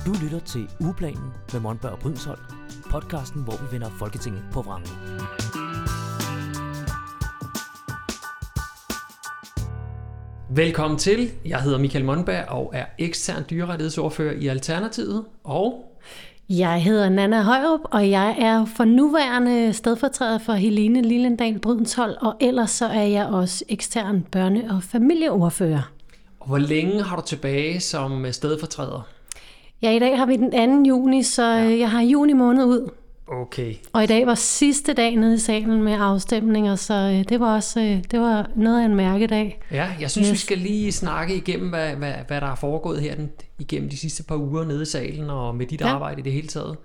Du lytter til Ugeplanen med Monberg og Brydensholt, podcasten, hvor vi vender Folketinget på vrangen. Velkommen til. Jeg hedder Michael Monberg og er ekstern dyrerettighedsordfører i Alternativet. Og jeg hedder Nanna Højrup, og jeg er for nuværende stedfortræder for Helene Lillendahl Brydensholt, og ellers så er jeg også ekstern børne- og familieordfører. Og hvor længe har du tilbage som stedfortræder? Ja, i dag har vi den 2. juni, så jeg har juni måned ud. Okay. Og i dag var sidste dag nede i salen med afstemninger, så det var også det var noget af en mærkedag. Ja, jeg synes, vi skal lige snakke igennem, hvad der er foregået her igennem de sidste par uger nede i salen og med dit arbejde i det hele taget.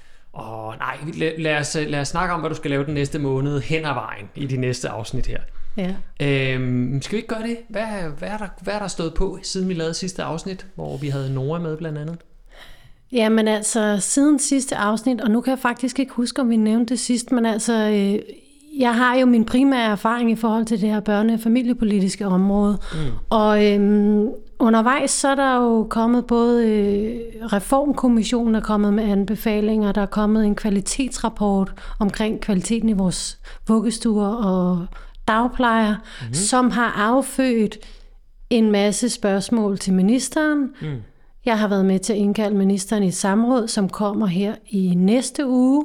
Og nej, lad os snakke om, hvad du skal lave den næste måned hen ad vejen i de næste afsnit her. Ja. Skal vi ikke gøre det? Hvad er der stået på, siden vi lavede sidste afsnit, hvor vi havde Nora med blandt andet? Jamen altså, siden sidste afsnit, og nu kan jeg faktisk ikke huske, om vi nævnte det sidst, men altså, jeg har jo min primære erfaring i forhold til det her børne- og familiepolitiske område. Og undervejs så er der jo kommet både Reformkommissionen er kommet med anbefalinger, der er kommet en kvalitetsrapport omkring kvaliteten i vores vuggestuer og dagplejer, som har affødt en masse spørgsmål til ministeren. Jeg har været med til at indkalde ministeren i et samråd, som kommer her i næste uge,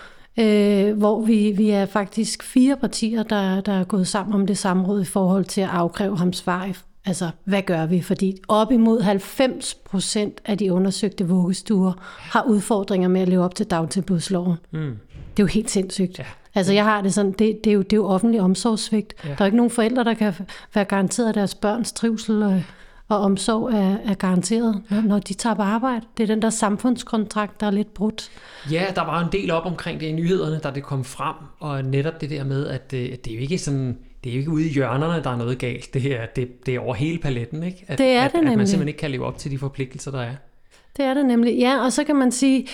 hvor vi er faktisk 4 partier, der er gået sammen om det samråd i forhold til at afkræve ham svar. Altså, hvad gør vi? Fordi op imod 90% af de undersøgte vuggestuer har udfordringer med at leve op til dagtilbudsloven. Det er jo helt sindssygt. Ja. Altså, jeg har det sådan, det er jo offentlig omsorgssvigt. Ja. Der er ikke nogen forældre, der kan være garanteret, at deres børns trivsel og omsorg er garanteret, når de tager på arbejde. Det er den der samfundskontrakt, der er lidt brudt. Ja, der var en del op omkring det i nyhederne, da det kom frem, og netop det der med, at det er jo ikke sådan, det er jo ikke ude i hjørnerne, der er noget galt. Det er over hele paletten, ikke? Det er det nemlig. At man simpelthen ikke kan leve op til de forpligtelser, der er. Det er det nemlig, ja, og så kan man sige,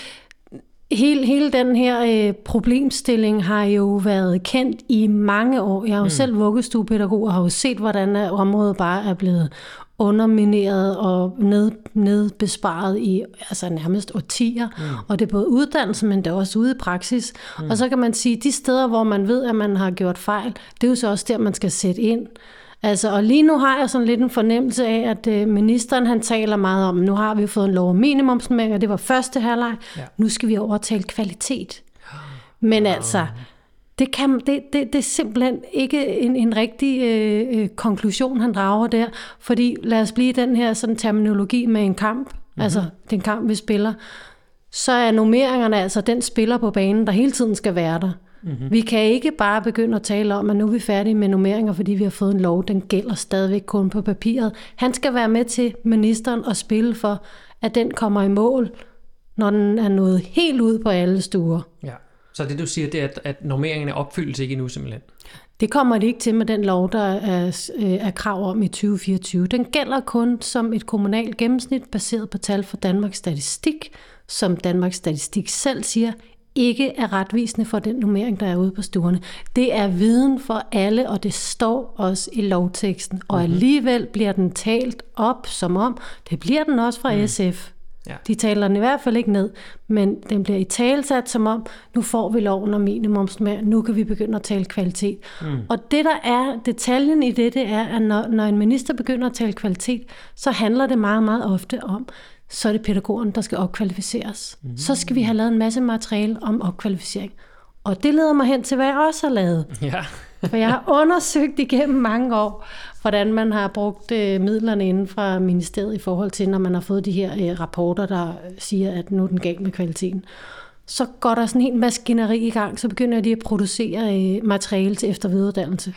hele den her problemstilling har jo været kendt i mange år. Jeg er jo selv vuggestuepædagog og har jo set, hvordan området bare er blevet undermineret og nedbesparet i altså nærmest årtier. Og det er både uddannelse, men det er også ude i praksis. Og så kan man sige, at de steder, hvor man ved, at man har gjort fejl, det er jo så også der, man skal sætte ind. Altså, og lige nu har jeg sådan lidt en fornemmelse af, at ministeren han taler meget om, nu har vi fået en lov om minimumsnormeringer, det var første halvleg, nu skal vi overtale kvalitet. Men altså, det er simpelthen ikke en rigtig konklusion, han drager der, fordi lad os blive den her sådan terminologi med en kamp, altså den kamp, vi spiller, så er normeringerne altså den spiller på banen, der hele tiden skal være der. Vi kan ikke bare begynde at tale om, at nu er vi færdige med normeringer, fordi vi har fået en lov, den gælder stadigvæk kun på papiret. Han skal være med til ministeren og spille for, at den kommer i mål, når den er nået helt ud på alle stuer. Ja. Så det du siger, det er, at normeringerne opfyldes ikke endnu simpelthen? Det kommer det ikke til med den lov, der er krav om i 2024. Den gælder kun som et kommunalt gennemsnit, baseret på tal fra Danmarks Statistik, som Danmarks Statistik selv siger, ikke er retvisende for den normering, der er ude på stuerne. Det er viden for alle, og det står også i lovteksten. Og alligevel bliver den talt op som om, det bliver den også fra SF. Ja. De taler den i hvert fald ikke ned, men den bliver i talsat som om, nu får vi loven om minimumsnormering, nu kan vi begynde at tale kvalitet. Og det der er, detaljen i det er, at når en minister begynder at tale kvalitet, så handler det meget, meget ofte om, så er det pædagogerne, der skal opkvalificeres. Så skal vi have lavet en masse materiale om opkvalificering. Og det leder mig hen til, hvad jeg også har lavet. Ja. For jeg har undersøgt igennem mange år, hvordan man har brugt midlerne inden fra ministeriet i forhold til, når man har fået de her rapporter, der siger, at nu er den galt med kvaliteten. Så går der sådan en hel maskineri i gang, så begynder de at producere materiale til efter- og videreuddannelse.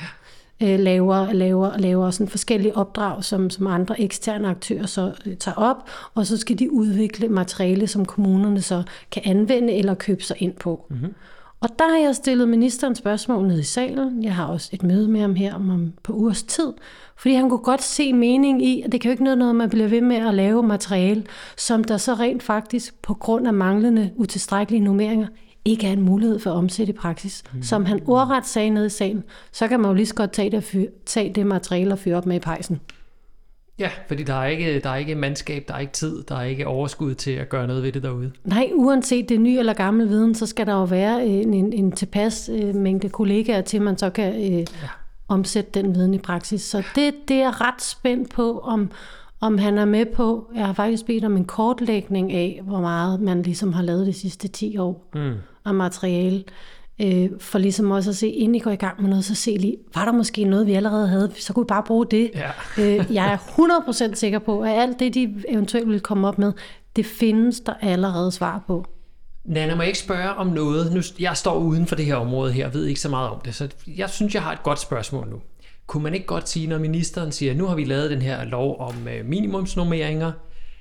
Laver sådan forskellige opdrag, som andre eksterne aktører så tager op, og så skal de udvikle materiale, som kommunerne så kan anvende eller købe sig ind på. Og der har jeg stillet ministeren spørgsmål nede i salen. Jeg har også et møde med ham her om på ugers tid, fordi han kunne godt se mening i, at det kan jo ikke noget, at man bliver ved med at lave materiale, som der så rent faktisk på grund af manglende utilstrækkelige normeringer ikke er en mulighed for at omsætte i praksis. Som han ordret sagde nede i salen, så kan man jo lige så godt tage det materiale og fyre op med i pejsen. Ja, fordi der er ikke mandskab, der er ikke tid, der er ikke overskud til at gøre noget ved det derude. Nej, uanset det er ny eller gammel viden, så skal der jo være en tilpas mængde kollegaer til, man så kan omsætte den viden i praksis. Så det er jeg ret spændt på, om han er med på. Jeg har faktisk bedt om en kortlægning af, hvor meget man ligesom har lavet de sidste 10 år af materiale. For ligesom også at se, inden I går i gang med noget, så se lige, var der måske noget, vi allerede havde, så kunne vi bare bruge det. Ja. Jeg er 100% sikker på, at alt det, de eventuelt vil komme op med, det findes der allerede svar på. Nanna, må jeg ikke spørge om noget? Nu, jeg står uden for det her område her, og ved ikke så meget om det, så jeg synes, jeg har et godt spørgsmål nu. Kunne man ikke godt sige, når ministeren siger, nu har vi lavet den her lov om minimumsnormeringer,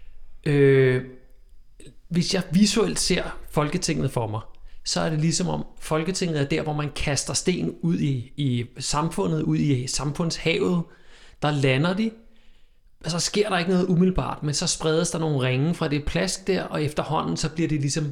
hvis jeg visuelt ser Folketinget for mig, så er det ligesom om Folketinget er der, hvor man kaster sten ud i samfundet, ud i samfundshavet. Der lander de, og så sker der ikke noget umiddelbart, men så spredes der nogle ringe fra det plask der, og efterhånden så bliver det ligesom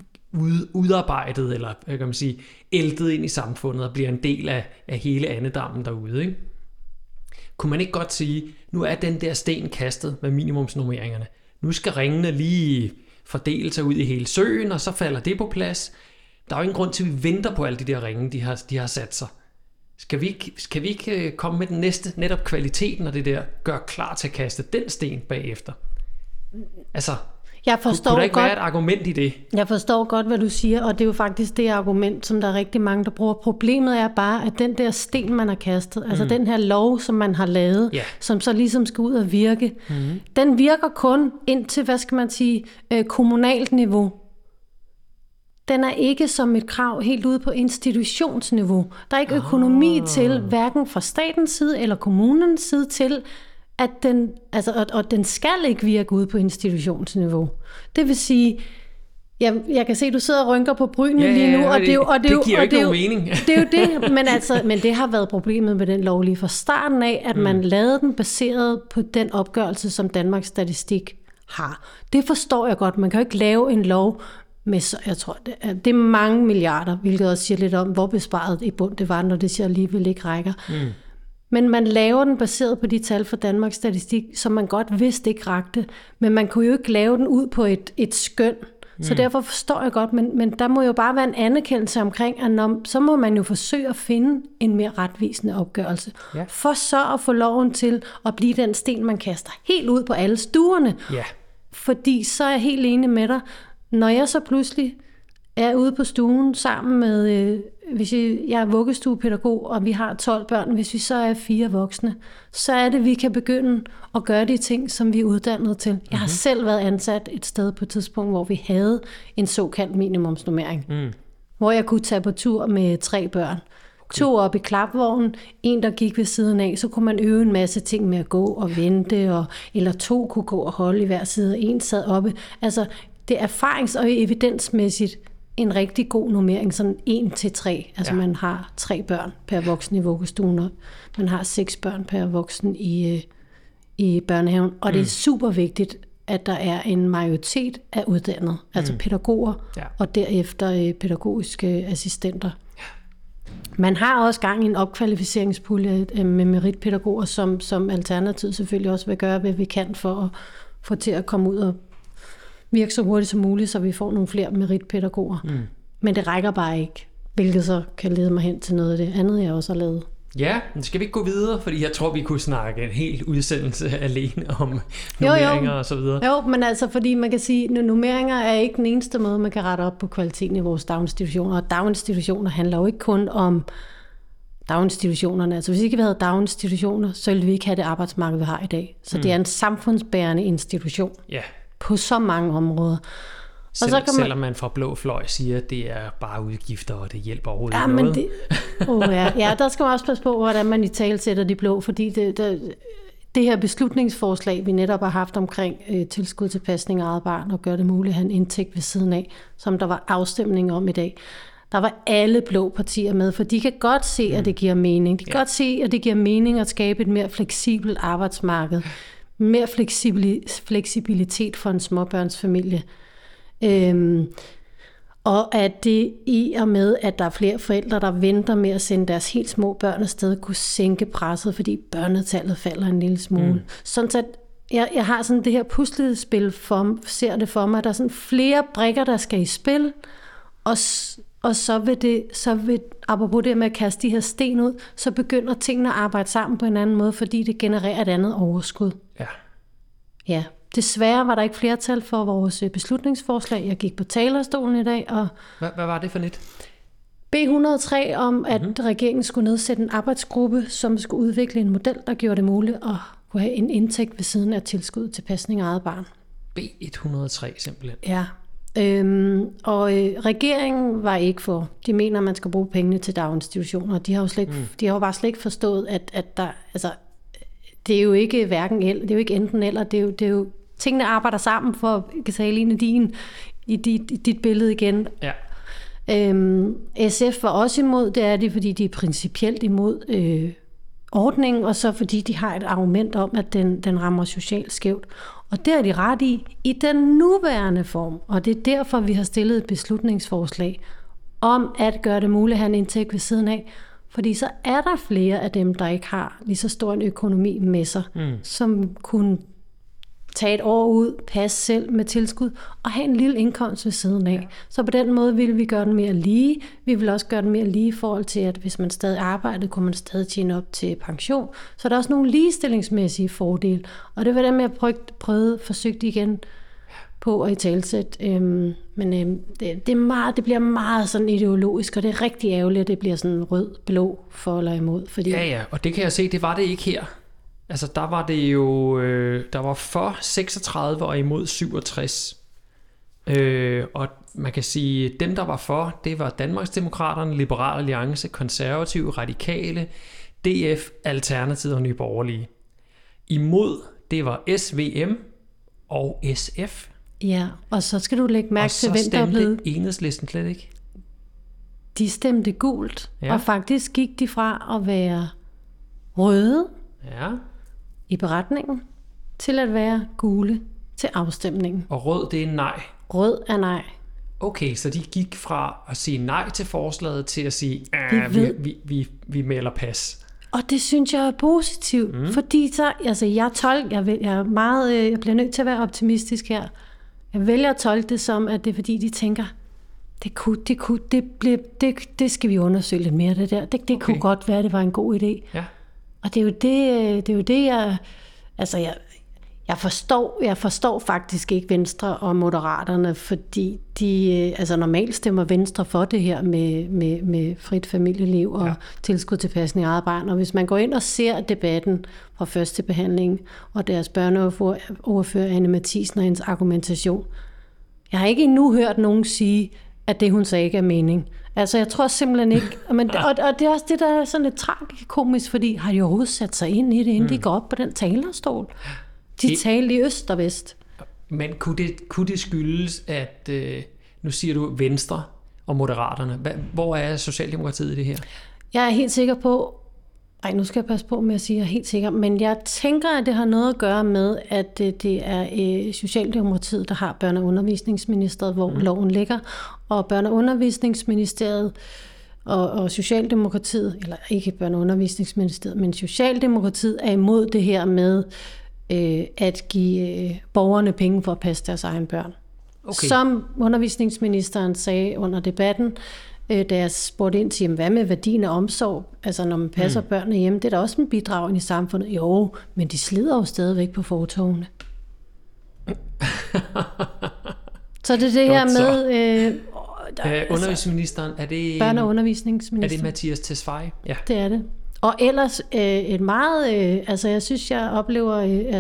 udarbejdet, eller kan man sige, æltet ind i samfundet, og bliver en del af hele andedammen derude. Ikke? Kunne man ikke godt sige, nu er den der sten kastet med minimumsnormeringerne. Nu skal ringene lige fordele sig ud i hele søen, og så falder det på plads. Der er jo ingen grund til, at vi venter på alle de der ringe, de har sat sig. Skal vi ikke komme med den næste, netop kvaliteten af det der, gøre klar til at kaste den sten bagefter? Altså, kunne der ikke være et argument i det? Jeg forstår godt, hvad du siger, og det er jo faktisk det argument, som der er rigtig mange, der bruger. Problemet er bare, at den der sten, man har kastet, altså den her lov, som man har lavet, som så ligesom skal ud og virke, den virker kun indtil, hvad skal man sige, kommunalt niveau. Den er ikke som et krav helt ude på institutionsniveau. Der er ikke økonomi til, hverken fra statens side eller kommunens side til, at den, altså, og den skal ikke virke ude på institutionsniveau. Det vil sige, jeg kan se, at du sidder og rynker på brynene lige nu, og det giver ikke nogen mening. Det er jo det, men det har været problemet med den lov lige fra starten af, at man lavede den baseret på den opgørelse, som Danmarks Statistik har. Det forstår jeg godt. Man kan jo ikke lave en lov med, jeg tror, det er mange milliarder, hvilket også siger lidt om, hvor besparet i bund det var, når det siger alligevel ikke rækker. Men man laver den baseret på de tal fra Danmarks Statistik, som man godt vidste ikke rakte, men man kunne jo ikke lave den ud på et skøn. Så derfor forstår jeg godt, men der må jo bare være en anerkendelse omkring, at så må man jo forsøge at finde en mere retvisende opgørelse. Ja. For så at få loven til at blive den sten, man kaster helt ud på alle stuerne. Ja. Fordi så er jeg helt enig med dig. Når jeg så pludselig er ude på stuen sammen med, hvis jeg er vuggestuepædagog, og vi har 12 børn, hvis vi så er 4 voksne, så er det, vi kan begynde at gøre de ting, som vi er uddannet til. Jeg har selv været ansat et sted på et tidspunkt, hvor vi havde en såkaldt minimumsnormering, hvor jeg kunne tage på tur med 3 børn. 2 op i klapvognen, 1 der gik ved siden af, så kunne man øve en masse ting med at gå og vente, eller 2 kunne gå og holde i hver side, og 1 sad oppe. Altså, det er erfarings- og evidensmæssigt en rigtig god normering, sådan 1-3. Altså man har 3 børn per voksen i vuggestuen, og man har 6 børn per voksen i børnehaven. Og det er super vigtigt, at der er en majoritet af uddannede, altså pædagoger, og derefter pædagogiske assistenter. Man har også gang i en opkvalificeringspulje med meritpædagoger, som Alternativet selvfølgelig også vil gøre, hvad vi kan for at få til at komme ud og virke så hurtigt som muligt, så vi får nogle flere meritpædagoger. Men det rækker bare ikke, hvilket så kan lede mig hen til noget af det andet, jeg også har lavet. Ja, men skal vi ikke gå videre? Fordi jeg tror, vi kunne snakke en hel udsendelse alene om normeringer og så videre. Jo, men altså, fordi man kan sige, at normeringer er ikke den eneste måde, man kan rette op på kvaliteten i vores daginstitutioner. Og daginstitutioner handler jo ikke kun om daginstitutionerne. Altså hvis ikke vi havde daginstitutioner, så ville vi ikke have det arbejdsmarked, vi har i dag. Så det er en samfundsbærende institution. Ja. På så mange områder. Og så kan selvom man fra blå fløj siger, at det er bare udgifter, og det hjælper overhovedet ikke noget. Ja, der skal man også passe på, hvordan man i tale sætter de blå, fordi det her beslutningsforslag, vi netop har haft omkring tilskud til pasning af eget barn, og gøre det muligt at have en indtægt ved siden af, som der var afstemning om i dag, der var alle blå partier med, for de kan godt se, at det giver mening. De kan godt se, at det giver mening at skabe et mere fleksibelt arbejdsmarked. Mere fleksibilitet for en småbørnsfamilie. Og at det i og med, at der er flere forældre, der venter med at sende deres helt små børn afsted, kunne sænke presset, fordi børnetallet falder en lille smule. Sådan at jeg har sådan det her puslespil ser det for mig, der er sådan flere brikker, der skal i spil, og så vil apropos det med at kaste de her sten ud, så begynder tingene at arbejde sammen på en anden måde, fordi det genererer et andet overskud. Ja. Ja, desværre var der ikke flertal for vores beslutningsforslag. Jeg gik på talerstolen i dag, og Hvad var det for net? B103 om, at regeringen skulle nedsætte en arbejdsgruppe, som skulle udvikle en model, der gjorde det muligt at kunne have en indtægt ved siden af tilskud til pasning af eget barn. B103 simpelthen. Ja, regeringen var ikke for. De mener, at man skal bruge pengene til daginstitutioner. De har jo bare slet ikke forstået, at der, altså, det er jo ikke hverken el, det er jo ikke enten eller, det er jo tingene arbejder sammen for at tale ind i dit billede igen. Ja. SF var også imod, det er de, fordi de er principielt imod ordningen, og så fordi de har et argument om, at den rammer socialt skævt. Og det er de ret i den nuværende form, og det er derfor, vi har stillet et beslutningsforslag om at gøre det muligt at have en indtægt ved siden af, fordi så er der flere af dem, der ikke har lige så stor en økonomi med sig, som kunne tage et år ud, passe selv med tilskud og have en lille indkomst ved siden af. Ja. Så på den måde vil vi gøre den mere lige. Vi vil også gøre den mere lige i forhold til, at hvis man stadig arbejdede, kunne man stadig tjene op til pension. Så der er også nogle ligestillingsmæssige fordele. Og det var dem, jeg forsøgt igen på at italesætte. Men det bliver meget sådan ideologisk, og det er rigtig ærgerligt, at det bliver sådan rød-blå for eller imod. Fordi Ja, og det kan jeg se, det var det ikke her. Altså der var det jo, der var for 36 og imod 67. Og man kan sige, dem der var for, det var Danmarksdemokraterne, Liberal Alliance, Konservative, Radikale, DF, Alternativet og Nye Borgerlige. Imod, det var SVM og SF. Ja, og så skal du lægge mærke til, hvem der er blevet... Og så stemte Enhedslisten slet ikke. De stemte gult, og faktisk gik de fra at være røde i beretningen, til at være gule til afstemningen. Og rød, det er nej. Rød er nej. Okay, så de gik fra at sige nej til forslaget, til at sige, vi melder pas. Og det synes jeg er positivt, fordi så, altså jeg bliver nødt til at være optimistisk her. Jeg vælger at tolke det som, at det er fordi, de tænker, det skal vi undersøge lidt mere, det der. Det kunne godt være, det var en god idé. Ja. Og det er jo det, jeg forstår faktisk ikke Venstre og Moderaterne, fordi de normalt stemmer Venstre for det her med frit familieliv og tilskud til pasning af eget barn. Og hvis man går ind og ser debatten fra første behandling og deres børneordfører Anne Matthiesen og hendes argumentation, jeg har ikke endnu hørt nogen sige, at det hun sagde ikke er mening. Altså, jeg tror simpelthen ikke... Men, og det er også det, der er sådan lidt tragikomisk, fordi har de overhovedet sat sig ind i det, inden de går op på den talerstol? De talte i øst og vest. Men kunne det skyldes, at... nu siger du Venstre og Moderaterne. Hvor er Socialdemokratiet i det her? Jeg er helt sikker på... nu skal jeg passe på med at sige, at jeg er helt sikker. Men jeg tænker, at det har noget at gøre med, at det er Socialdemokratiet, der har Børne- og Undervisningsministeriet, hvor loven ligger. Og Børne- og Undervisningsministeriet og Socialdemokratiet, eller ikke Børne- og Undervisningsministeriet, men Socialdemokratiet er imod det her med at give borgerne penge for at passe deres egen børn. Okay. Som undervisningsministeren sagde under debatten, da jeg spurgte ind til, hvad med værdien af omsorg, altså når man passer børnene hjemme, det er da også en bidrag i samfundet. Jo, men de slider jo stadigvæk på fortovene. Så det er det her med... undervisningsministeren, er det... Børne- og undervisningsminister. Er det Mathias Tesfaye? Ja. Det er det. Og ellers et meget... jeg synes, jeg oplever...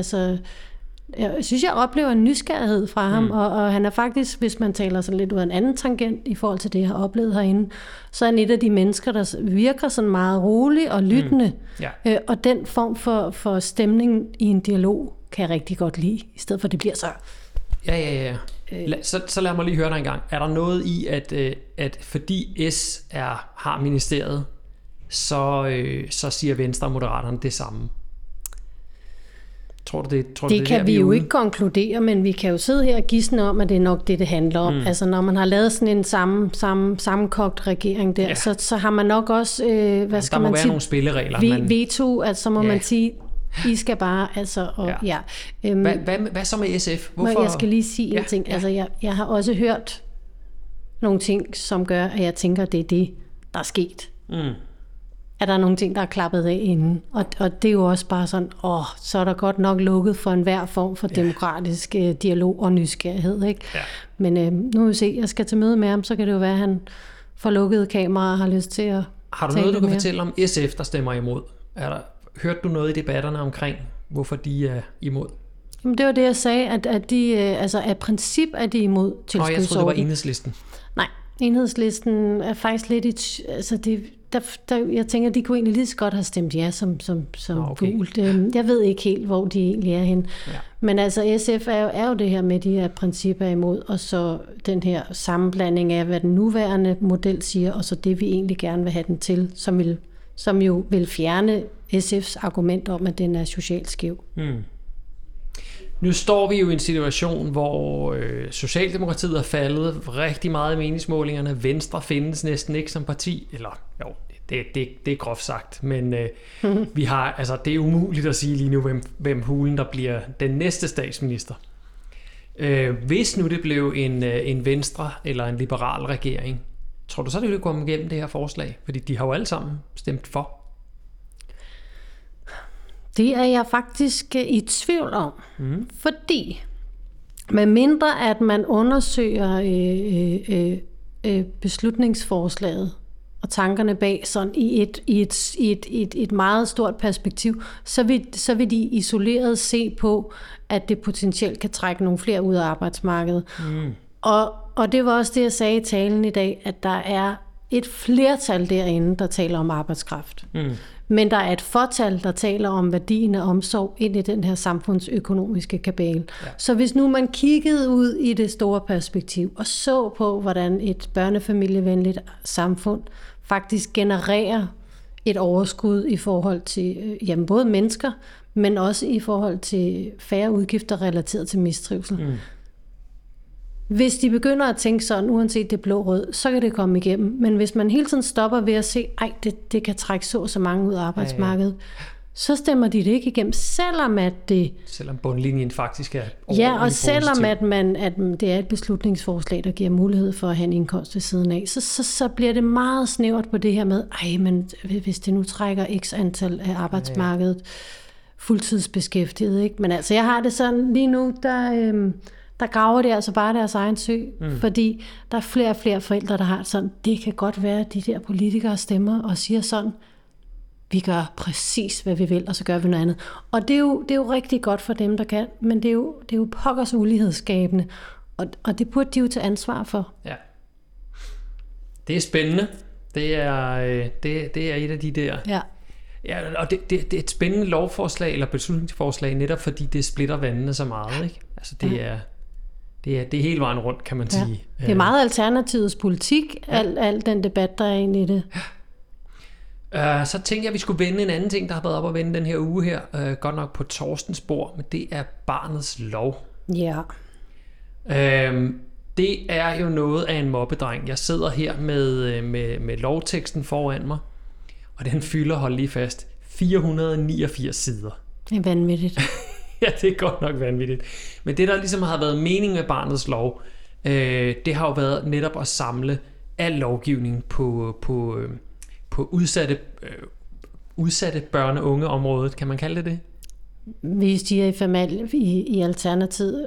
jeg oplever en nysgerrighed fra ham, og han er faktisk, hvis man taler sådan lidt ud af en anden tangent i forhold til det, jeg har oplevet herinde, så er han et af de mennesker, der virker sådan meget rolig og lyttende. Og den form for stemning i en dialog kan jeg rigtig godt lide, i stedet for at det bliver så... Ja. Så lad mig lige høre dig en gang. Er der noget i, at fordi S har ministeriet, så siger Venstre og Moderaterne det samme? Tror du det kan vi jo ikke konkludere, men vi kan jo sidde her og gisne om, at det er nok det handler om. Altså når man har lavet sådan en sammenkogt regering der, så har man nok også, der må være nogle spilleregler. Veto, altså så må man sige, I skal bare, altså, og ja. Hvad så med SF? Hvorfor? Jeg skal lige sige en ting. Altså, jeg har også hørt nogle ting, som gør, at jeg tænker, det er det, der er sket. At der er nogle ting, der er klappet af inden. Og det er jo også bare sådan, så er der godt nok lukket for enhver form for demokratisk dialog og nysgerrighed. Ikke? Ja. Men nu vil vi se, jeg skal til møde med ham, så kan det jo være, at han får lukket kamera og har lyst til at Har du noget, du kan fortælle om SF, der stemmer imod? Hørte du noget i debatterne omkring, hvorfor de er imod? Jamen, det var det, jeg sagde, at de, af princip er de imod tilskudsordningen. Jeg troede, det var Enhedslisten. Nej, Enhedslisten er faktisk lidt jeg tænker, de kunne egentlig lige så godt have stemt ja som gult. Jeg ved ikke helt, hvor de egentlig er henne. Ja. Men altså SF er jo det her med, de her principper imod, og så den her sammenblanding af, hvad den nuværende model siger, og så det, vi egentlig gerne vil have den til, som jo vil fjerne SF's argument om, at den er socialt skæv. Nu står vi jo i en situation, hvor Socialdemokratiet er faldet rigtig meget i meningsmålingerne. Venstre findes næsten ikke som parti. Eller jo, det er groft sagt. Men vi har, altså, det er umuligt at sige lige nu, hvem hulen der bliver den næste statsminister. Hvis nu det blev en venstre eller en liberal regering, tror du så, det ville komme igennem det her forslag? Fordi de har jo alle sammen stemt for. Det er jeg faktisk i tvivl om, fordi med mindre at man undersøger beslutningsforslaget og tankerne bag sådan i et meget stort perspektiv, så vil de isoleret se på, at det potentielt kan trække nogle flere ud af arbejdsmarkedet. Og det var også det, jeg sagde i talen i dag, at der er et flertal derinde, der taler om arbejdskraft. Men der er et fortal, der taler om værdien af omsorg ind i den her samfundsøkonomiske kabale. Ja. Så hvis nu man kiggede ud i det store perspektiv og så på, hvordan et børnefamilievenligt samfund faktisk genererer et overskud i forhold til både mennesker, men også i forhold til færre udgifter relateret til mistrivsel. Hvis de begynder at tænke sådan, uanset det blå-rød, så kan det komme igennem. Men hvis man hele tiden stopper ved at se, det kan trække så mange ud af arbejdsmarkedet, så stemmer de det ikke igennem, selvom bundlinjen faktisk er og selvom at det er et beslutningsforslag, der giver mulighed for at have en indkomst ved siden af, så bliver det meget snævert på det her med, men hvis det nu trækker x antal af arbejdsmarkedet fuldtidsbeskæftiget, ikke? Men altså, jeg har det sådan lige nu, der graver det altså bare deres egen sø, fordi der er flere og flere forældre, der har sådan, det kan godt være, at de der politikere stemmer og siger sådan, vi gør præcis, hvad vi vil, og så gør vi noget andet. Og det er jo rigtig godt for dem, der kan, men det er jo pokkers ulighedsskabende, og det burde de jo tage ansvar for. Ja. Det er spændende. Det er et af de der... Ja, og det er et spændende lovforslag, eller beslutningsforslag, netop fordi det splitter vandene så meget, ikke? Altså det er hele vejen rundt, kan man sige. Det er meget alternativets politik, al den debat, der er inde i det. Så tænkte jeg, at vi skulle vende en anden ting, der har været op at vende den her uge her, godt nok på Torstens bord, men det er barnets lov. Ja. Det er jo noget af en mobbedreng. Jeg sidder her med lovteksten foran mig, og den fylder, hold lige fast, 489 sider. Det er vanvittigt. Ja, det er godt nok vanvittigt. Men det, der ligesom har været meningen med barnets lov, det har jo været netop at samle al lovgivning på udsatte børne- og ungeområdet. Kan man kalde det det? Vi siger i Alternativet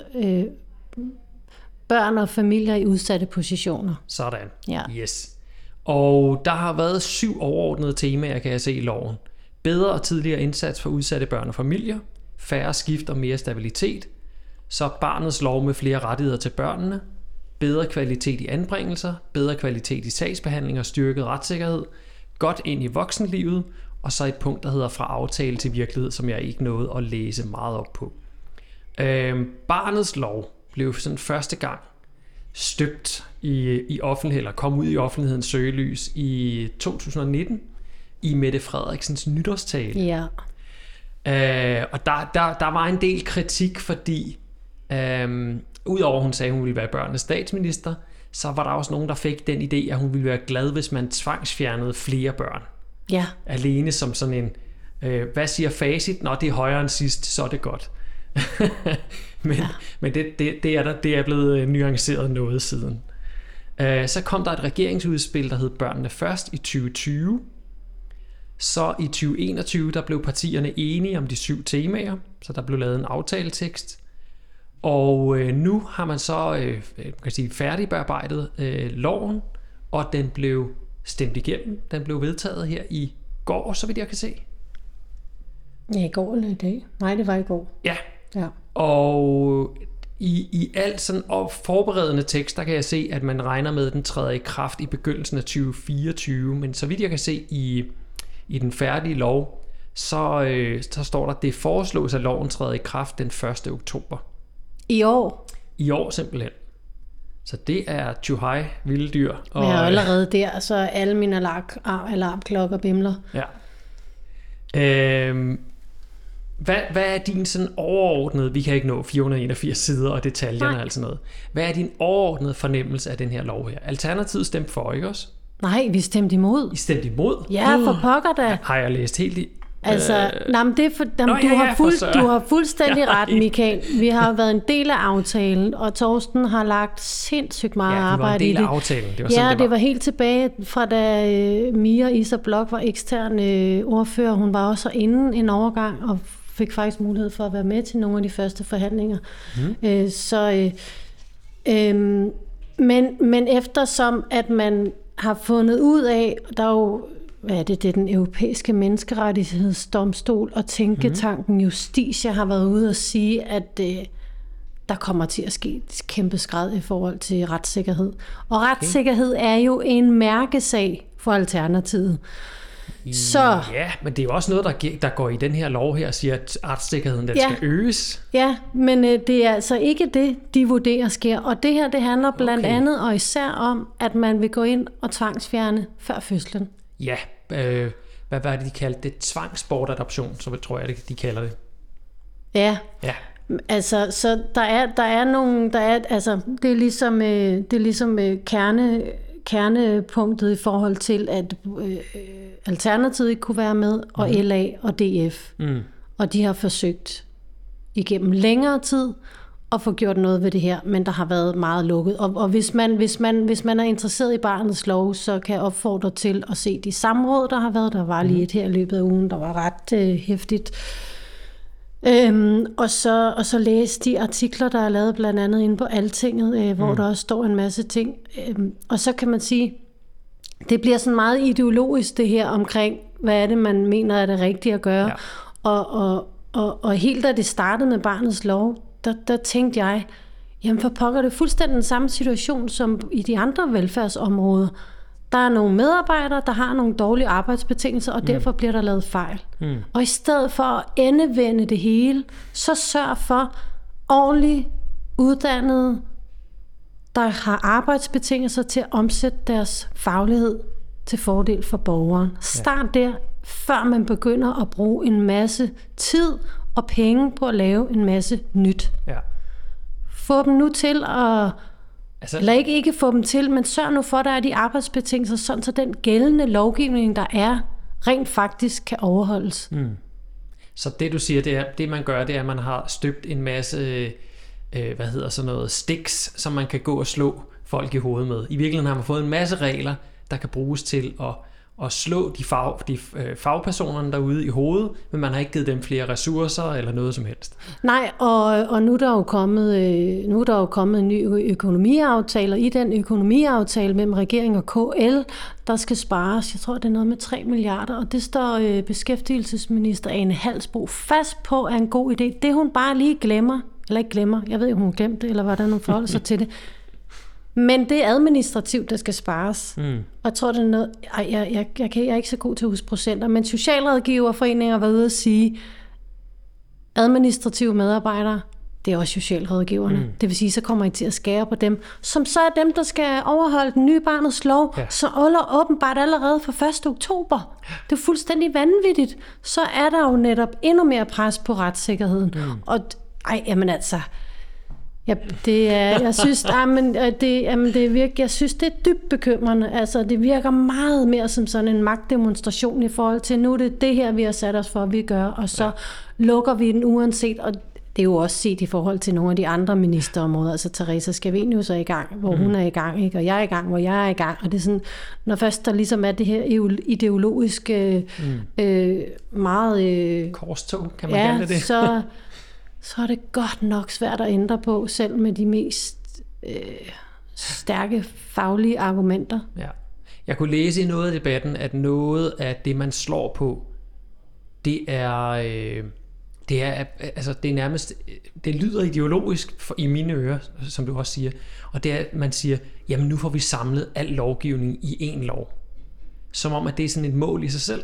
børn og familier i udsatte positioner. Sådan. Ja. Yes. Og der har været 7 overordnede temaer, kan jeg se i loven. Bedre og tidligere indsats for udsatte børn og familier, færre skift og mere stabilitet, så barnets lov med flere rettigheder til børnene, bedre kvalitet i anbringelser, bedre kvalitet i sagsbehandling og styrket retssikkerhed, godt ind i voksenlivet, og så et punkt, der hedder fra aftale til virkelighed, som jeg ikke nåede at læse meget op på. Barnets lov blev sådan første gang støbt i offentlighed, eller kom ud i offentlighedens søgelys i 2019 i Mette Frederiksens nytårstale. Ja. Og der var en del kritik, fordi udover hun sagde, at hun ville være børnenes statsminister, så var der også nogen, der fik den idé, at hun ville være glad, hvis man tvangsfjernede flere børn. Ja. Alene som sådan Hvad siger facit? Nå, det er højere end sidst, så er det godt. men det er blevet nuanceret noget siden. Så kom der et regeringsudspil, der hed Børnene Først i 2020. Så i 2021, der blev partierne enige om de 7 temaer, så der blev lavet en aftaletekst. Og nu har man så færdigbearbejdet loven, og den blev stemt igennem. Den blev vedtaget her i går, så vidt jeg kan se. Ja, i går eller i dag? Nej, det var i går. Ja. Ja. Og i alt sådan forberedende tekst, der kan jeg se, at man regner med, at den træder i kraft i begyndelsen af 2024. Men så vidt jeg kan se i den færdige lov, så står der, at det foreslås, at loven træder i kraft den 1. oktober. I år? I år simpelthen. Så det er tjuhej, vilde dyr. Og jeg er allerede der, så alle mine alarmklokker bimler. Ja. Hvad er din sådan overordnede, vi kan ikke nå 481 sider og detaljerne og alt sådan noget. Hvad er din overordnede fornemmelse af den her lov her? Alternativet stemte for, ikke også? Nej, vi stemte imod. I stemte imod? Ja, for pokker da. Har jeg læst helt i? Altså, du har fuldstændig ret, Michael. Vi har været en del af aftalen, og Torsten har lagt sindssygt meget arbejde i det. Ja, det var en del af aftalen. Det var sådan, det var helt tilbage fra da Mia Isa Blok var ekstern ordfører. Hun var også inden en overgang, og fik faktisk mulighed for at være med til nogle af de første forhandlinger. Men eftersom at man har fundet ud af, der er jo, det er den europæiske menneskerettighedsdomstol og tænketanken Justitia har været ude og sige, at der kommer til at ske et kæmpe skred i forhold til retssikkerhed. Og retssikkerhed er jo en mærkesag for Alternativet. Så, ja, men det er jo også noget, der går i den her lov her og siger, at retssikkerheden den skal øges. Ja, men det er altså ikke det, de vurderer sker. Og det her, det handler blandt andet og især om, at man vil gå ind og tvangsfjerne før fødslen. Ja, hvad var det, de kaldte det? Tvangsbortadoption, så tror jeg, de kalder det. Ja. Altså, så der er nogle, altså, det er ligesom kernepunktet i forhold til, at Alternativet ikke kunne være med, og LA og DF. Og de har forsøgt igennem længere tid at få gjort noget ved det her, men der har været meget lukket. Og hvis man er interesseret i Barnets Lov, så kan jeg opfordre til at se de samråd, der har været. Der var lige et her i løbet af ugen, der var ret hæftigt. Og så læse de artikler, der er lavet blandt andet inde på Altinget, hvor der også står en masse ting. Og så kan man sige, det bliver sådan meget ideologisk det her omkring, hvad er det, man mener er det rigtige at gøre. Ja. Og helt da det startede med Barnets Lov, der tænkte jeg, jamen for pokker, det er fuldstændig den samme situation som i de andre velfærdsområder. Der er nogle medarbejdere, der har nogle dårlige arbejdsbetingelser, og derfor bliver der lavet fejl. Og i stedet for at endevende det hele, så sørg for ordentligt uddannede, der har arbejdsbetingelser til at omsætte deres faglighed til fordel for borgeren. Start der, før man begynder at bruge en masse tid og penge på at lave en masse nyt. Ja. Få dem nu til at... Eller ikke få dem til, men sørg nu for, at der er de arbejdsbetingelser, sådan så den gældende lovgivning, der er, rent faktisk kan overholdes. Så det du siger, det man gør, det er, at man har støbt en masse, sticks, som man kan gå og slå folk i hovedet med. I virkeligheden har man fået en masse regler, der kan bruges til at slå de fagpersonerne derude i hovedet, men man har ikke givet dem flere ressourcer eller noget som helst. Nej, og nu er der jo kommet en ny økonomiaftale, og i den økonomiaftale mellem regering og KL, der skal spares, jeg tror det er noget med 3 milliarder, og det står beskæftigelsesminister Ane Halsbo fast på er en god idé. Det hun bare lige glemmer, eller ikke glemmer, jeg ved ikke, hun glemte det, eller hvordan hun forholder sig til det, men det er administrativt, der skal spares. Og jeg tror, det er noget... Jeg er ikke så god til at huske procenter, men socialrådgiverforeninger var ude at sige, administrative medarbejdere, det er også socialrådgiverne. Det vil sige, så kommer I til at skære på dem, som så er dem, der skal overholde den nye Barnets Lov, så holder åbenbart allerede fra 1. oktober. Det er fuldstændig vanvittigt. Så er der jo netop endnu mere pres på retssikkerheden. Og jamen altså... Ja, jeg synes, det er virkelig, jeg synes, det er dybt bekymrende. Altså, det virker meget mere som sådan en magtdemonstration i forhold til, nu er det her, vi har sat os for, at vi gør, og så lukker vi den uanset, og det er jo også set i forhold til nogle af de andre ministerområder. Altså, Theresa Scavenius er i gang, hvor hun er i gang, ikke? Og jeg er i gang, hvor jeg er i gang. Og det er sådan, når først der ligesom er det her ideologiske, meget... korstog, kan man kalde det. Så er det godt nok svært at ændre på, selv med de mest stærke faglige argumenter. Ja. Jeg kunne læse i noget af debatten, at noget af det, man slår på, det er nærmest, det lyder ideologisk i mine ører, som du også siger, og det er, at man siger, jamen nu får vi samlet al lovgivning i én lov. Som om, at det er sådan et mål i sig selv.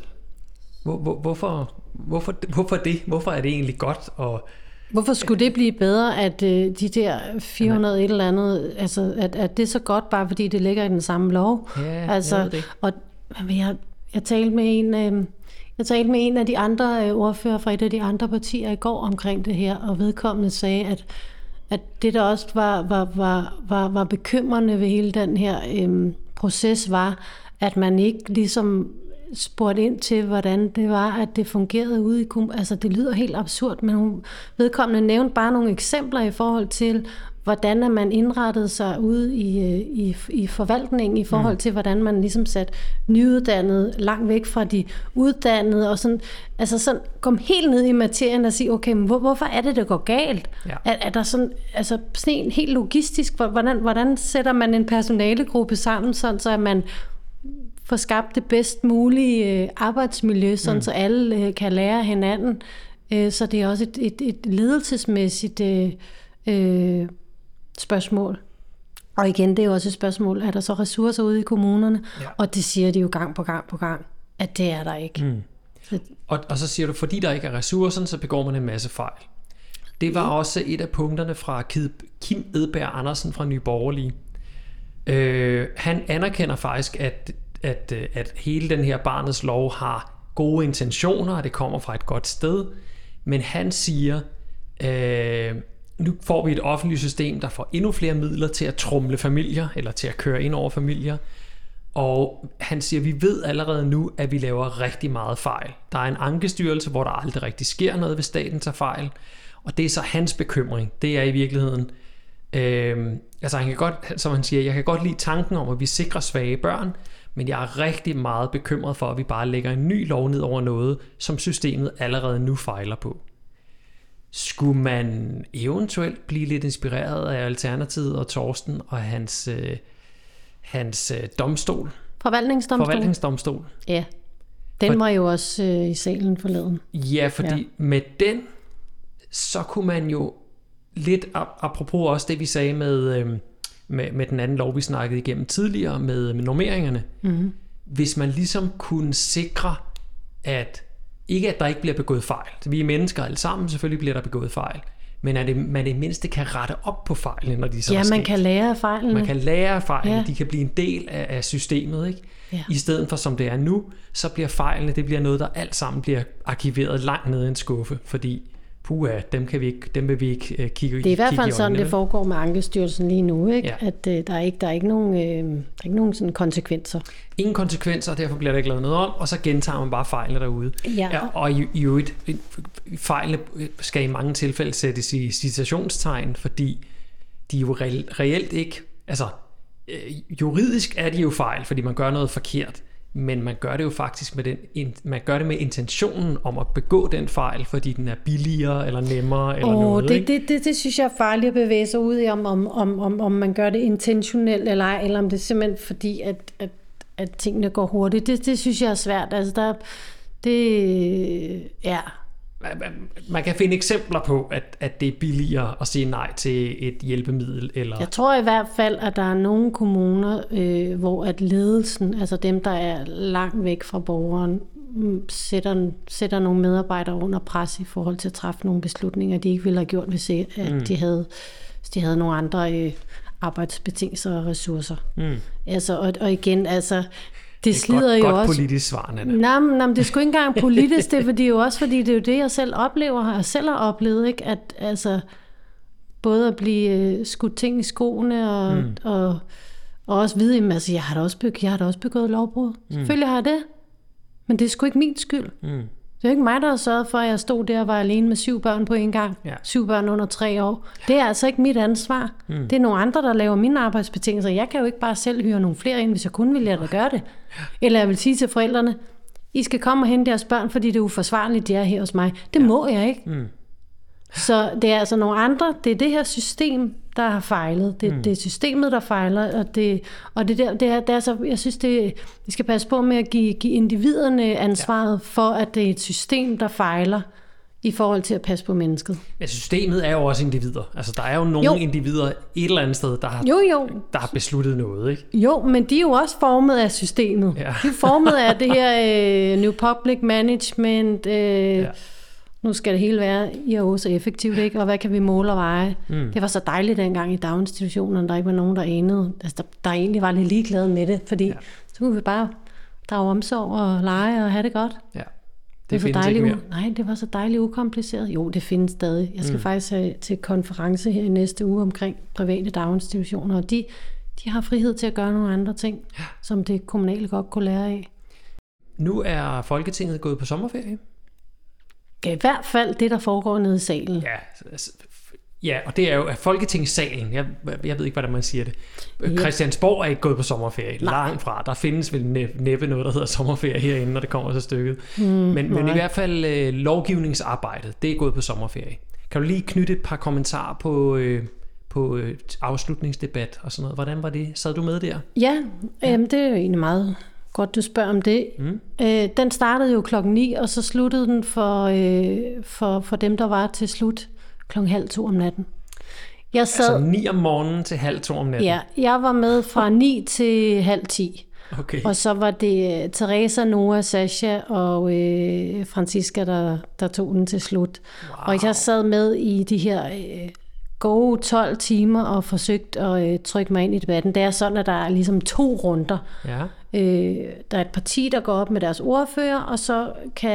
Hvorfor det? Hvorfor er det egentlig godt? Og hvorfor skulle det blive bedre, at de der 400 et eller andet, altså at det er så godt, bare fordi det ligger i den samme lov? Ja, altså, og jeg talte med en af de andre ordfører fra et af de andre partier i går omkring det her, og vedkommende sagde, at det der også var bekymrende ved hele den her proces, var, at man ikke ligesom spurgte ind til, hvordan det var, at det fungerede ude i kommunen. Altså, det lyder helt absurd, men hun vedkommende nævnte bare nogle eksempler i forhold til, hvordan man indrettede sig ude i forvaltningen, i forhold til, hvordan man ligesom satte nyuddannede langt væk fra de uddannede, og sådan, altså sådan kom helt ned i materien og sige, okay, men hvorfor er det går galt? Ja. Er der sådan en helt logistisk, hvordan sætter man en personalegruppe sammen, sådan så at man får skabt det bedst mulige arbejdsmiljø, sådan så alle kan lære hinanden. Så det er også et ledelsesmæssigt spørgsmål. Og igen, det er også et spørgsmål, er der så ressourcer ude i kommunerne? Ja. Og det siger de jo gang på gang, at det er der ikke. Og så siger du, fordi der ikke er ressourcer, så begår man en masse fejl. Det var også et af punkterne fra Kim Edberg Andersen fra Nye Borgerlige. Han anerkender faktisk, at hele den her barnets lov har gode intentioner, og det kommer fra et godt sted. Men han siger, nu får vi et offentligt system, der får endnu flere midler til at tromle familier, eller til at køre ind over familier. Og han siger, vi ved allerede nu, at vi laver rigtig meget fejl. Der er en ankestyrelse, hvor der aldrig rigtig sker noget, hvis staten tager fejl. Og det er så hans bekymring. Det er i virkeligheden, han kan godt, som han siger, jeg kan godt lide tanken om, at vi sikrer svage børn, men jeg er rigtig meget bekymret for, at vi bare lægger en ny lov ned over noget, som systemet allerede nu fejler på. Skulle man eventuelt blive lidt inspireret af Alternativet og Torsten og hans domstol? Forvaltningsdomstol. Ja, den var jo også i salen forleden. Ja, fordi med den, så kunne man jo lidt, apropos også det, vi sagde med den anden lov, vi snakkede igennem tidligere, med normeringerne. Mm-hmm. Hvis man ligesom kunne sikre, at der ikke bliver begået fejl. Vi er mennesker alle sammen, selvfølgelig bliver der begået fejl. Men at man i mindste kan rette op på fejlene, når de så er sket. Man kan lære af fejlene. Man kan lære af fejlene. De kan blive en del af systemet, ikke? Ja. I stedet for som det er nu, så bliver fejlene, det bliver noget, der alt sammen bliver arkiveret langt nede i en skuffe, fordi dem vil vi ikke kigge i. Det er i hvert fald sådan, det foregår med Ankestyrelsen lige nu, ikke? Ja. At der er ikke nogen sådan konsekvenser. Ingen konsekvenser, og derfor bliver der ikke lavet noget om, og så gentager man bare fejlene derude. Ja. Og i øvrigt, fejlene skal i mange tilfælde sættes i citationstegn, fordi de jo reelt ikke, altså juridisk er de jo fejl, fordi man gør noget forkert. Men man gør det jo faktisk man gør det med intentionen om at begå den fejl, fordi den er billigere eller nemmere eller noget. Det synes jeg er farligt at bevæge sig ud i, om man gør det intentionelt eller ej, eller om det er simpelthen fordi, at tingene går hurtigt. Det synes jeg er svært. Altså man kan finde eksempler på, at det er billigere at sige nej til et hjælpemiddel. Eller jeg tror i hvert fald, at der er nogle kommuner, hvor at ledelsen, altså dem, der er langt væk fra borgeren, sætter nogle medarbejdere under pres i forhold til at træffe nogle beslutninger, de ikke ville have gjort, hvis de havde nogle andre arbejdsbetingelser og ressourcer. Altså, og igen, altså det slider jo godt også. Politisk svar, Nanna. Nej, det er sgu ikke engang politisk, det er jo også fordi det er jo det, jeg selv oplever, og selv har oplevet, ikke? At altså, både at blive skudt ting i skoene, og også vide, at altså, jeg har da også begået lovbrud. Selvfølgelig har jeg det, men det er sgu ikke min skyld. Det er ikke mig, der har sørget for, at jeg stod der og var alene med 7 børn på en gang. 7 børn under 3 år. Det er altså ikke mit ansvar. Det er nogle andre, der laver mine arbejdsbetingelser. Jeg kan jo ikke bare selv hyre nogle flere ind, hvis jeg kun vil da gøre det. Eller jeg vil sige til forældrene, I skal komme og hente jeres børn, fordi det er uforsvarligt, de er her hos mig. Det må jeg ikke. Så det er altså nogle andre, det er det her system, der har fejlet. Det er systemet, der fejler, og det er så, jeg synes, vi skal passe på med at give individerne ansvaret for, at det er et system, der fejler i forhold til at passe på mennesket. Ja, systemet er jo også individer. Altså, der er jo nogle individer et eller andet sted, der har besluttet noget, ikke? Jo, men de er jo også formet af systemet. Ja. De er formet af det her New Public Management. Nu skal det hele være så effektivt, ikke? Og hvad kan vi måle og veje? Det var så dejligt dengang i daginstitutionerne, der ikke var nogen, der anede. Altså, der egentlig var lidt ligeglade med det, fordi så kunne vi bare drage omsorg og lege og have det godt. Ja. Det findes ikke mere. Nej, det var så dejligt ukompliceret. Jo, det findes stadig. Jeg skal faktisk til konference her i næste uge omkring private daginstitutioner, og de har frihed til at gøre nogle andre ting, som det kommunale godt kunne lære af. Nu er Folketinget gået på sommerferie. I hvert fald det, der foregår nede i salen. Ja, og det er jo Folketingssalen. Jeg ved ikke, hvordan man siger det. Christiansborg er ikke gået på sommerferie. Langt fra. Der findes vel næppe noget, der hedder sommerferie herinde, når det kommer til stykket. Men i hvert fald lovgivningsarbejdet, det er gået på sommerferie. Kan du lige knytte et par kommentarer på afslutningsdebat og sådan noget? Hvordan var det? Sad du med der? Ja, det er jo egentlig meget godt, du spørger om det. Den startede jo 9:00, og så sluttede den for dem, der var til slut 1:30 om natten. Jeg sad, altså 9 om morgenen til 1:30 om natten? Ja, jeg var med fra 9 til 9:30. Okay. Og så var det Teresa, Noah, Sasha og Francisca, der tog den til slut. Wow. Og jeg sad med i de her gode 12 timer og forsøgt at trykke mig ind i debatten. Det er sådan, at der er ligesom 2 runder. Ja. Der er et parti, der går op med deres ordfører, og så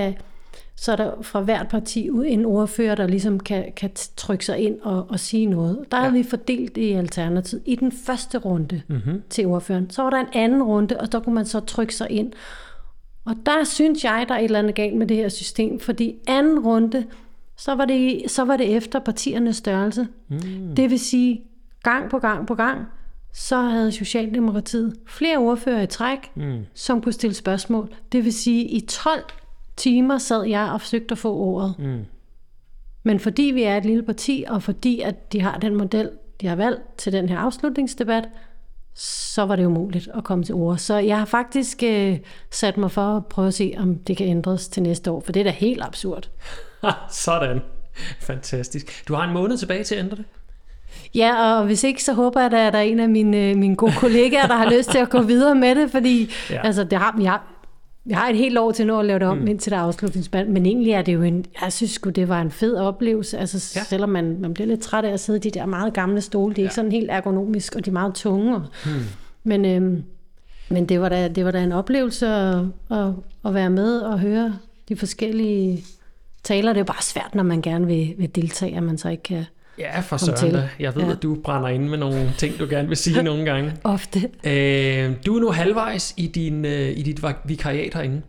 er der fra hvert parti en ordfører, der ligesom kan trykke sig ind og sige noget. Der har vi fordelt i Alternativet i den første runde til ordføreren. Så var der en anden runde, og der kunne man så trykke sig ind. Og der synes jeg, der er et eller andet galt med det her system, fordi anden runde, så var det efter partiernes størrelse. Det vil sige, gang på gang, så havde Socialdemokratiet flere ordfører i træk, som kunne stille spørgsmål. Det vil sige, i 12 timer sad jeg og forsøgte at få ordet. Men fordi vi er et lille parti, og fordi at de har den model, de har valgt til den her afslutningsdebat, så var det umuligt at komme til ord. Så jeg har faktisk sat mig for at prøve at se, om det kan ændres til næste år, for det er da helt absurd. Sådan. Fantastisk. Du har en måned tilbage til at ændre det? Ja, og hvis ikke, så håber jeg, at der er en af mine gode kollegaer, der har lyst til at gå videre med det, fordi altså, vi har et helt år til nu at lave det om indtil der afslutningsband, men egentlig er det jo jeg synes sgu, det var en fed oplevelse, altså selvom man bliver lidt træt af at sidde i de der meget gamle stole, de er ikke sådan helt ergonomisk, og de er meget tunge, men det var da en oplevelse at være med og høre de forskellige taler. Det er jo bare svært, når man gerne vil deltage, at man så ikke kan. Ja, for søren. Jeg ved, at du brænder inde med nogle ting, du gerne vil sige nogle gange. Ofte. Du er nu halvvejs i dit vikariat herinde.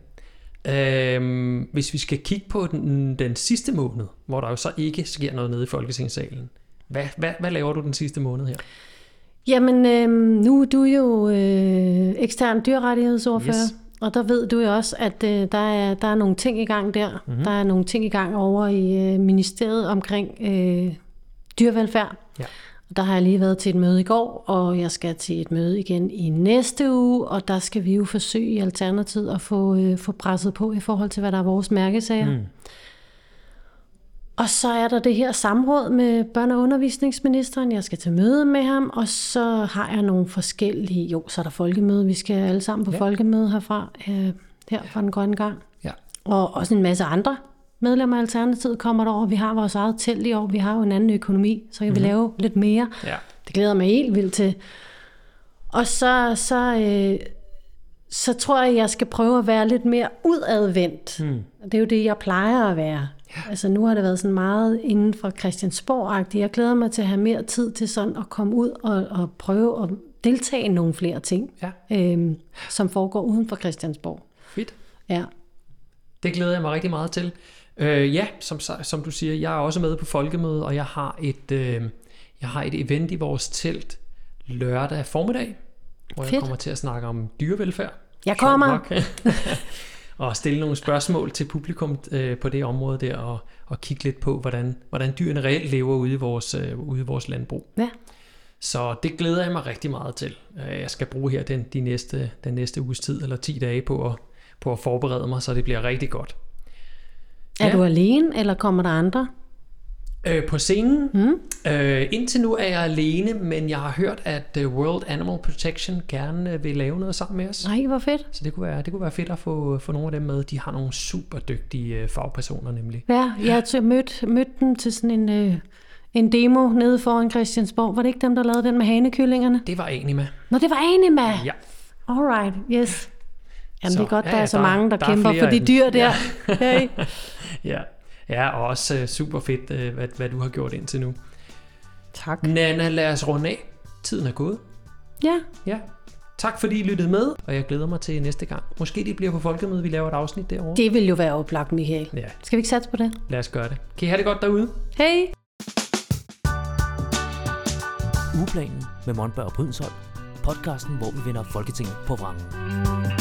Hvis vi skal kigge på den sidste måned, hvor der jo så ikke sker noget nede i Folketingssalen. Hvad laver du den sidste måned her? Jamen, nu er du jo ekstern dyrrettighedsordfører. Yes. Og der ved du jo også, at der er nogle ting i gang der. Der er nogle ting i gang over i ministeriet omkring dyrevelfærd. Ja. Og der har jeg lige været til et møde i går, og jeg skal til et møde igen i næste uge, og der skal vi jo forsøge i Alternativet at få presset på i forhold til, hvad der er vores mærkesager. Og så er der det her samråd med børne- og undervisningsministeren. Jeg skal til møde med ham, og så har jeg nogle forskellige. Så er der folkemøde. Vi skal alle sammen på folkemøde herfra, her fra Den Grønne Gang. Ja. Og også en masse andre medlemmer af Alternativet kommer derover. Vi har vores eget telt i år. Vi har jo en anden økonomi, så jeg vil lave lidt mere. Ja. Det glæder mig helt vildt til. Og så så tror jeg skal prøve at være lidt mere udadvendt. Det er jo det, jeg plejer at være. Ja. Altså nu har det været sådan meget inden for Christiansborg-agtigt. Jeg glæder mig til at have mere tid til sådan at komme ud og prøve at deltage i nogle flere ting, som foregår uden for Christiansborg. Fedt. Ja. Det glæder jeg mig rigtig meget til. Som du siger, jeg er også med på folkemødet, og jeg har et event i vores telt lørdag formiddag, hvor jeg kommer til at snakke om dyrevelfærd. Jeg kommer. Og stille nogle spørgsmål til publikum på det område der, og kigge lidt på, hvordan dyrene reelt lever ude i vores landbrug. Ja. Så det glæder jeg mig rigtig meget til. Jeg skal bruge her den næste uges tid, eller 10 dage på at forberede mig, så det bliver rigtig godt. Er du alene, eller kommer der andre? På scenen? Indtil nu er jeg alene, men jeg har hørt, at World Animal Protection gerne vil lave noget sammen med os. Nej, hvor fedt. Så det kunne være fedt at få nogle af dem med. De har nogle super dygtige fagpersoner nemlig. Ja, jeg har mødt dem til sådan en demo nede foran Christiansborg. Var det ikke dem, der lavede den med hanekyllingerne? Det var Anima. Nå, det var Anima? Ja. Alright, yes. Jamen det er godt, der er så mange, der kæmper for de dyr der. Hey. Ja, og også super fedt, hvad du har gjort indtil nu. Tak. Nanna, lad os runde af. Tiden er gået. Ja. Tak fordi I lyttede med, og jeg glæder mig til næste gang. Måske det bliver på folkemødet, vi laver et afsnit derovre. Det vil jo være oplagt, Michael. Ja. Skal vi ikke satse på det? Lad os gøre det. Kan I have det godt derude? Hej! Ugeplanen med Monberg og Brydensholt. Podcasten, hvor vi vender Folketinget på vrangen.